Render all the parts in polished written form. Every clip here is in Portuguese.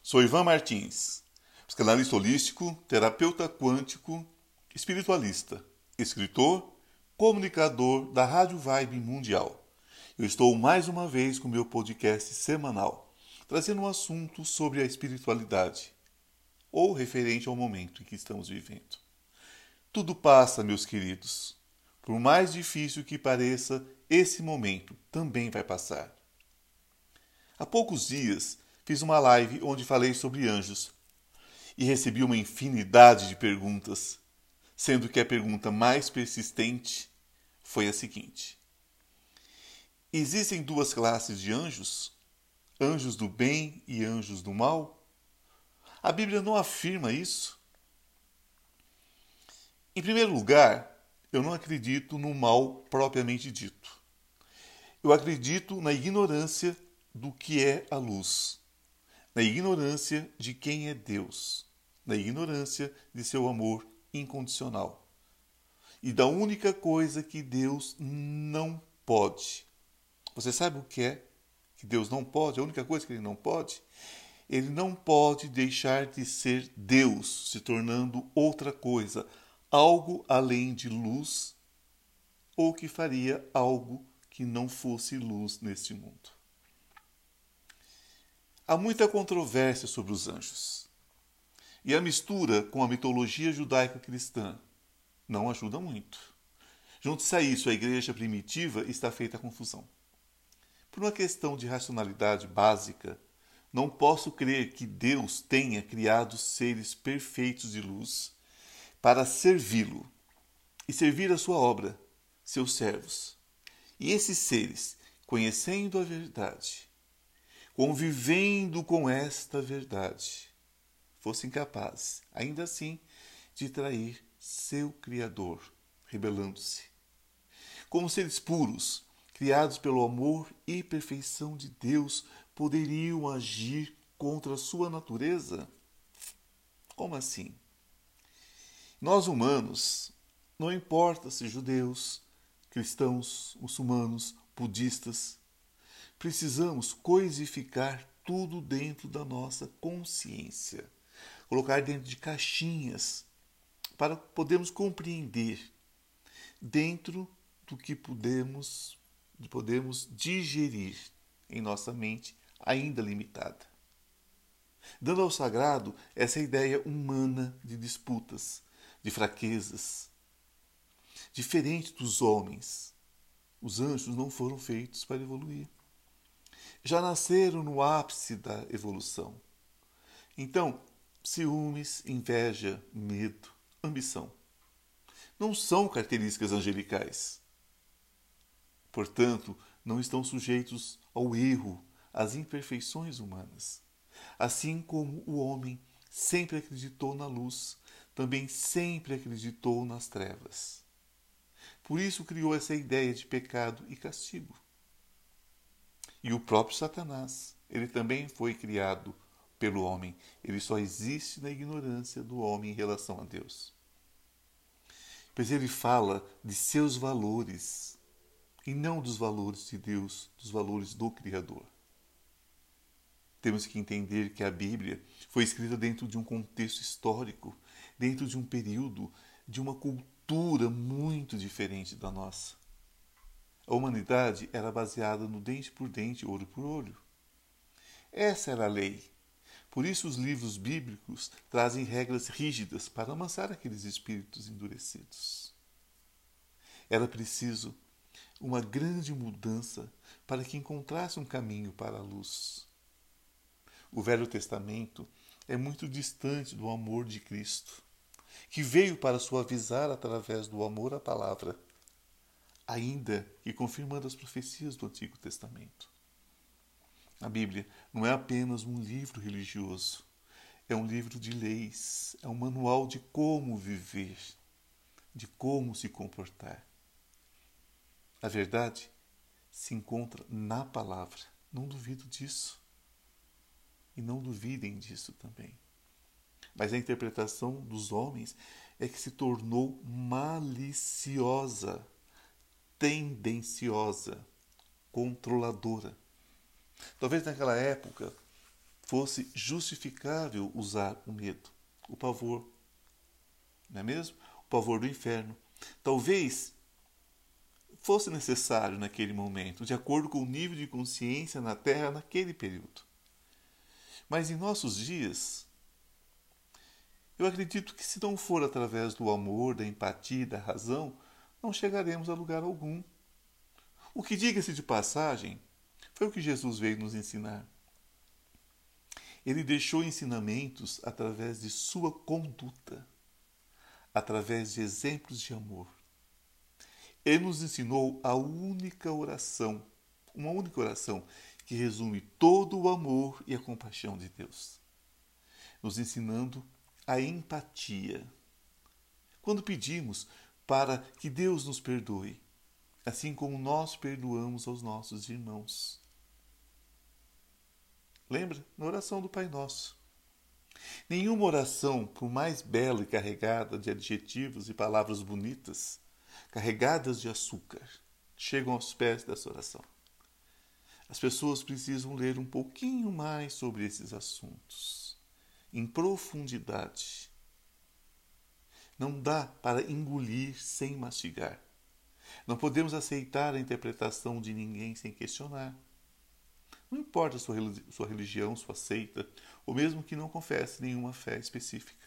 Sou Ivan Martins, psicanalista holístico, terapeuta quântico, espiritualista, escritor, comunicador da Rádio Vibe Mundial. Eu estou mais uma vez com meu podcast semanal, trazendo um assunto sobre a espiritualidade, ou referente ao momento em que estamos vivendo. Tudo passa, meus queridos. Por mais difícil que pareça, esse momento também vai passar. Há poucos dias fiz uma live onde falei sobre anjos e recebi uma infinidade de perguntas, sendo que a pergunta mais persistente foi a seguinte: existem duas classes de anjos? Anjos do bem e anjos do mal? A Bíblia não afirma isso. Em primeiro lugar, eu não acredito no mal propriamente dito. Eu acredito na ignorância do que é a luz, na ignorância de quem é Deus, na ignorância de seu amor incondicional e da única coisa que Deus não pode. Você sabe o que é que Deus não pode? A única coisa que Ele não pode? Ele não pode deixar de ser Deus, se tornando outra coisa, algo além de luz, ou que faria algo que não fosse luz neste mundo. Há muita controvérsia sobre os anjos. E a mistura com a mitologia judaico-cristã não ajuda muito. Junto-se a isso, a igreja primitiva está feita a confusão. Por uma questão de racionalidade básica, não posso crer que Deus tenha criado seres perfeitos de luz para servi-lo e servir a sua obra, seus servos. E esses seres, conhecendo a verdade, convivendo com esta verdade, fossem capazes, ainda assim, de trair seu Criador, rebelando-se. Como seres puros, criados pelo amor e perfeição de Deus, poderiam agir contra a sua natureza? Como assim? Nós humanos, não importa se judeus, cristãos, muçulmanos, budistas, precisamos coisificar tudo dentro da nossa consciência, colocar dentro de caixinhas para podermos compreender dentro do que podemos digerir em nossa mente ainda limitada. Dando ao sagrado essa ideia humana de disputas, de fraquezas. Diferente dos homens, os anjos não foram feitos para evoluir. Já nasceram no ápice da evolução. Então, ciúmes, inveja, medo, ambição não são características angelicais. Portanto, não estão sujeitos ao erro, às imperfeições humanas. Assim como o homem sempre acreditou na luz, também sempre acreditou nas trevas. Por isso criou essa ideia de pecado e castigo. E o próprio Satanás, ele também foi criado pelo homem. Ele só existe na ignorância do homem em relação a Deus. Pois ele fala de seus valores e não dos valores de Deus, dos valores do Criador. Temos que entender que a Bíblia foi escrita dentro de um contexto histórico, dentro de um período, de uma cultura muito diferente da nossa. A humanidade era baseada no dente por dente, olho por olho. Essa era a lei. Por isso os livros bíblicos trazem regras rígidas para amansar aqueles espíritos endurecidos. Era preciso uma grande mudança para que encontrasse um caminho para a luz. O Velho Testamento é muito distante do amor de Cristo, que veio para suavizar através do amor à palavra, ainda que confirmando as profecias do Antigo Testamento. A Bíblia não é apenas um livro religioso, é um livro de leis, é um manual de como viver, de como se comportar. A verdade se encontra na palavra, não duvido disso. E não duvidem disso também. Mas a interpretação dos homens é que se tornou maliciosa, tendenciosa, controladora. Talvez naquela época fosse justificável usar o medo, o pavor, não é mesmo? O pavor do inferno. Talvez fosse necessário naquele momento, de acordo com o nível de consciência na Terra naquele período. Mas em nossos dias, eu acredito que se não for através do amor, da empatia e da razão, não chegaremos a lugar algum. O que, diga-se de passagem, foi o que Jesus veio nos ensinar. Ele deixou ensinamentos através de sua conduta, através de exemplos de amor. Ele nos ensinou a única oração, uma única oração, que resume todo o amor e a compaixão de Deus, nos ensinando a empatia. Quando pedimos para que Deus nos perdoe, assim como nós perdoamos aos nossos irmãos. Lembra? Na oração do Pai Nosso. Nenhuma oração, por mais bela e carregada de adjetivos e palavras bonitas, carregadas de açúcar, chegam aos pés dessa oração. As pessoas precisam ler um pouquinho mais sobre esses assuntos, em profundidade. Não dá para engolir sem mastigar. Não podemos aceitar a interpretação de ninguém sem questionar. Não importa a sua religião, sua seita, ou mesmo que não confesse nenhuma fé específica.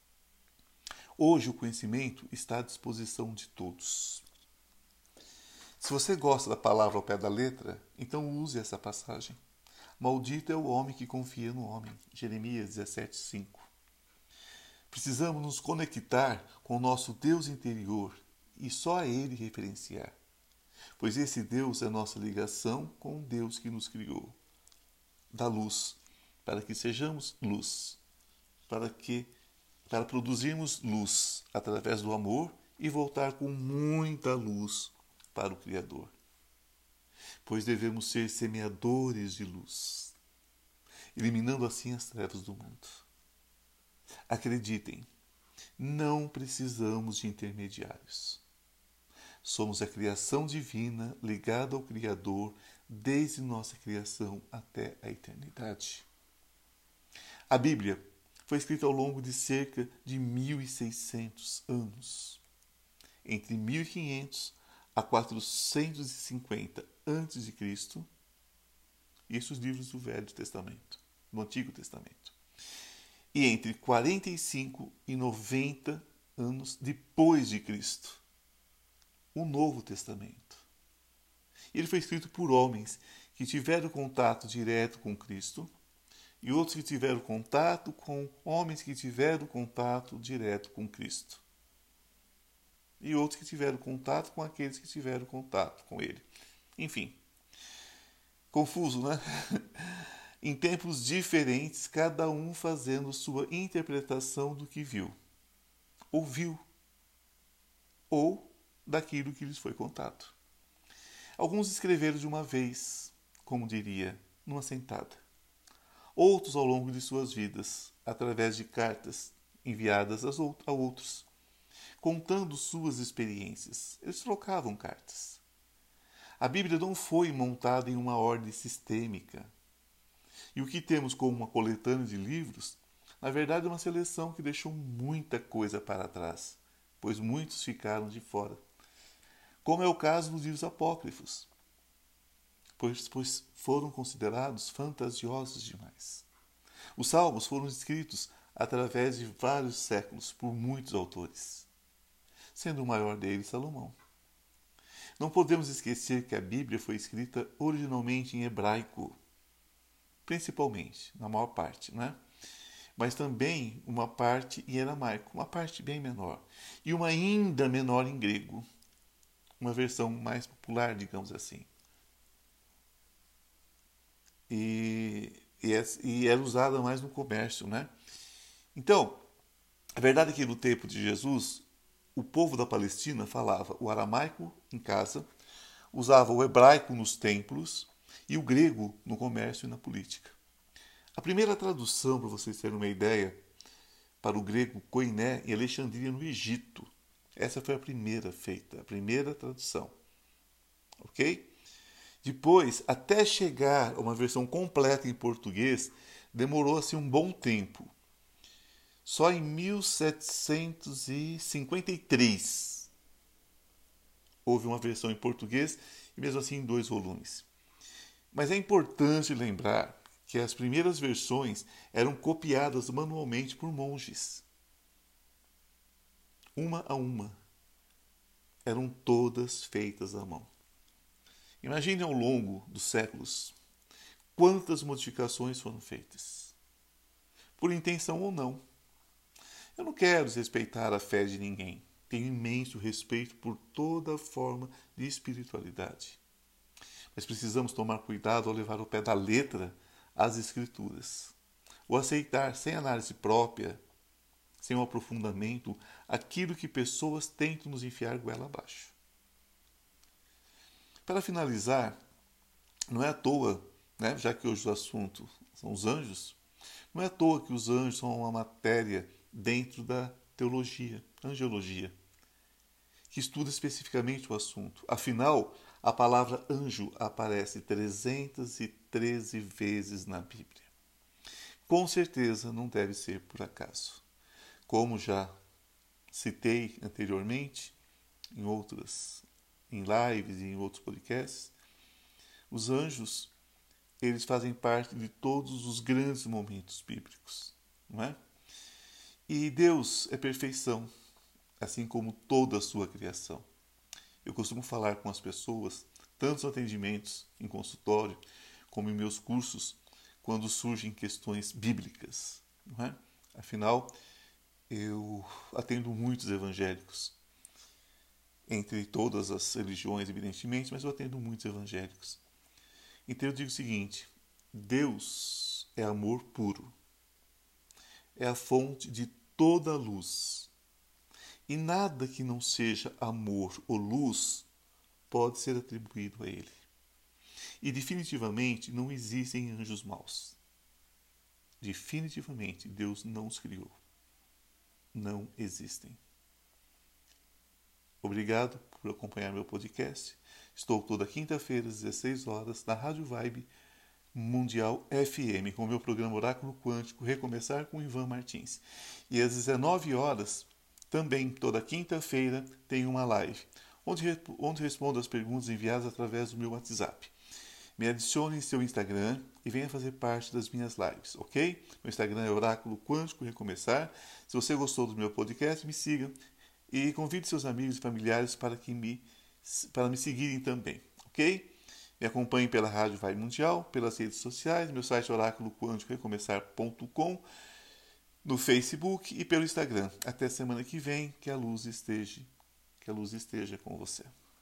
Hoje o conhecimento está à disposição de todos. Se você gosta da palavra ao pé da letra, então use essa passagem. Maldito é o homem que confia no homem. Jeremias 17:5. Precisamos nos conectar com o nosso Deus interior e só a Ele referenciar, pois esse Deus é nossa ligação com o Deus que nos criou. Da luz, para que sejamos luz, para produzirmos luz através do amor e voltar com muita luz para o Criador. Pois devemos ser semeadores de luz, eliminando assim as trevas do mundo. Acreditem, não precisamos de intermediários. Somos a criação divina ligada ao Criador desde nossa criação até a eternidade. A Bíblia foi escrita ao longo de cerca de 1.600 anos. Entre 1500 a 450 a.C., isso os livros do Velho Testamento, do Antigo Testamento. E entre 45 e 90 anos depois de Cristo, o Novo Testamento. Ele foi escrito por homens que tiveram contato direto com Cristo e outros que tiveram contato com homens que tiveram contato direto com Cristo. E outros que tiveram contato com aqueles que tiveram contato com ele. Enfim, confuso, né? Em tempos diferentes, cada um fazendo sua interpretação do que viu, ouviu, ou daquilo que lhes foi contado. Alguns escreveram de uma vez, como diria, numa sentada. Outros ao longo de suas vidas, através de cartas enviadas a outros, contando suas experiências. Eles trocavam cartas. A Bíblia não foi montada em uma ordem sistêmica. E o que temos como uma coletânea de livros, na verdade é uma seleção que deixou muita coisa para trás, pois muitos ficaram de fora. Como é o caso dos livros apócrifos, pois foram considerados fantasiosos demais. Os salmos foram escritos através de vários séculos por muitos autores, sendo o maior deles Salomão. Não podemos esquecer que a Bíblia foi escrita originalmente em hebraico, principalmente, na maior parte, né? Mas também uma parte em aramaico, uma parte bem menor, e uma ainda menor em grego, uma versão mais popular, digamos assim. E era usada mais no comércio, né? Então, a verdade é que no tempo de Jesus, o povo da Palestina falava o aramaico em casa, usava o hebraico nos templos e o grego no comércio e na política. A primeira tradução, para vocês terem uma ideia, para o grego koiné em Alexandria, no Egito. Essa foi a primeira feita, a primeira tradução. Ok? Depois, até chegar a uma versão completa em português, demorou assim um bom tempo. Só em 1753 houve uma versão em português e mesmo assim em 2 volumes. Mas é importante lembrar que as primeiras versões eram copiadas manualmente por monges. Uma a uma. Eram todas feitas à mão. Imagine ao longo dos séculos quantas modificações foram feitas. Por intenção ou não. Eu não quero desrespeitar a fé de ninguém. Tenho imenso respeito por toda forma de espiritualidade. Mas precisamos tomar cuidado ao levar ao pé da letra as Escrituras. Ou aceitar, sem análise própria, sem um aprofundamento, aquilo que pessoas tentam nos enfiar goela abaixo. Para finalizar, não é à toa, né, já que hoje o assunto são os anjos, não é à toa que os anjos são uma matéria dentro da teologia, angelologia, que estuda especificamente o assunto. Afinal, a palavra anjo aparece 313 vezes na Bíblia. Com certeza não deve ser por acaso. Como já citei anteriormente, em lives e em outros podcasts, os anjos, eles fazem parte de todos os grandes momentos bíblicos, não é? E Deus é perfeição, assim como toda a sua criação. Eu costumo falar com as pessoas, tanto nos atendimentos em consultório, como em meus cursos, quando surgem questões bíblicas, não é? Afinal, eu atendo muitos evangélicos, entre todas as religiões, evidentemente, mas eu atendo muitos evangélicos. Então eu digo o seguinte: Deus é amor puro, é a fonte de toda a luz. E nada que não seja amor ou luz pode ser atribuído a Ele. E definitivamente não existem anjos maus. Definitivamente Deus não os criou. Não existem. Obrigado por acompanhar meu podcast. Estou toda quinta-feira às 16 horas na Rádio Vibe Mundial FM com o meu programa Oráculo Quântico Recomeçar com Ivan Martins. E às 19 horas, também toda quinta-feira, tem uma live onde respondo as perguntas enviadas através do meu WhatsApp. Me adicione em seu Instagram e venha fazer parte das minhas lives, ok? Meu Instagram é Oráculo Quântico Recomeçar. Se você gostou do meu podcast, me siga e convide seus amigos e familiares para me seguirem também, ok? Me acompanhe pela Rádio Vai Mundial, pelas redes sociais, meu site oráculo quântico recomeçar.com, no Facebook e pelo Instagram. Até semana que vem, que a luz esteja com você.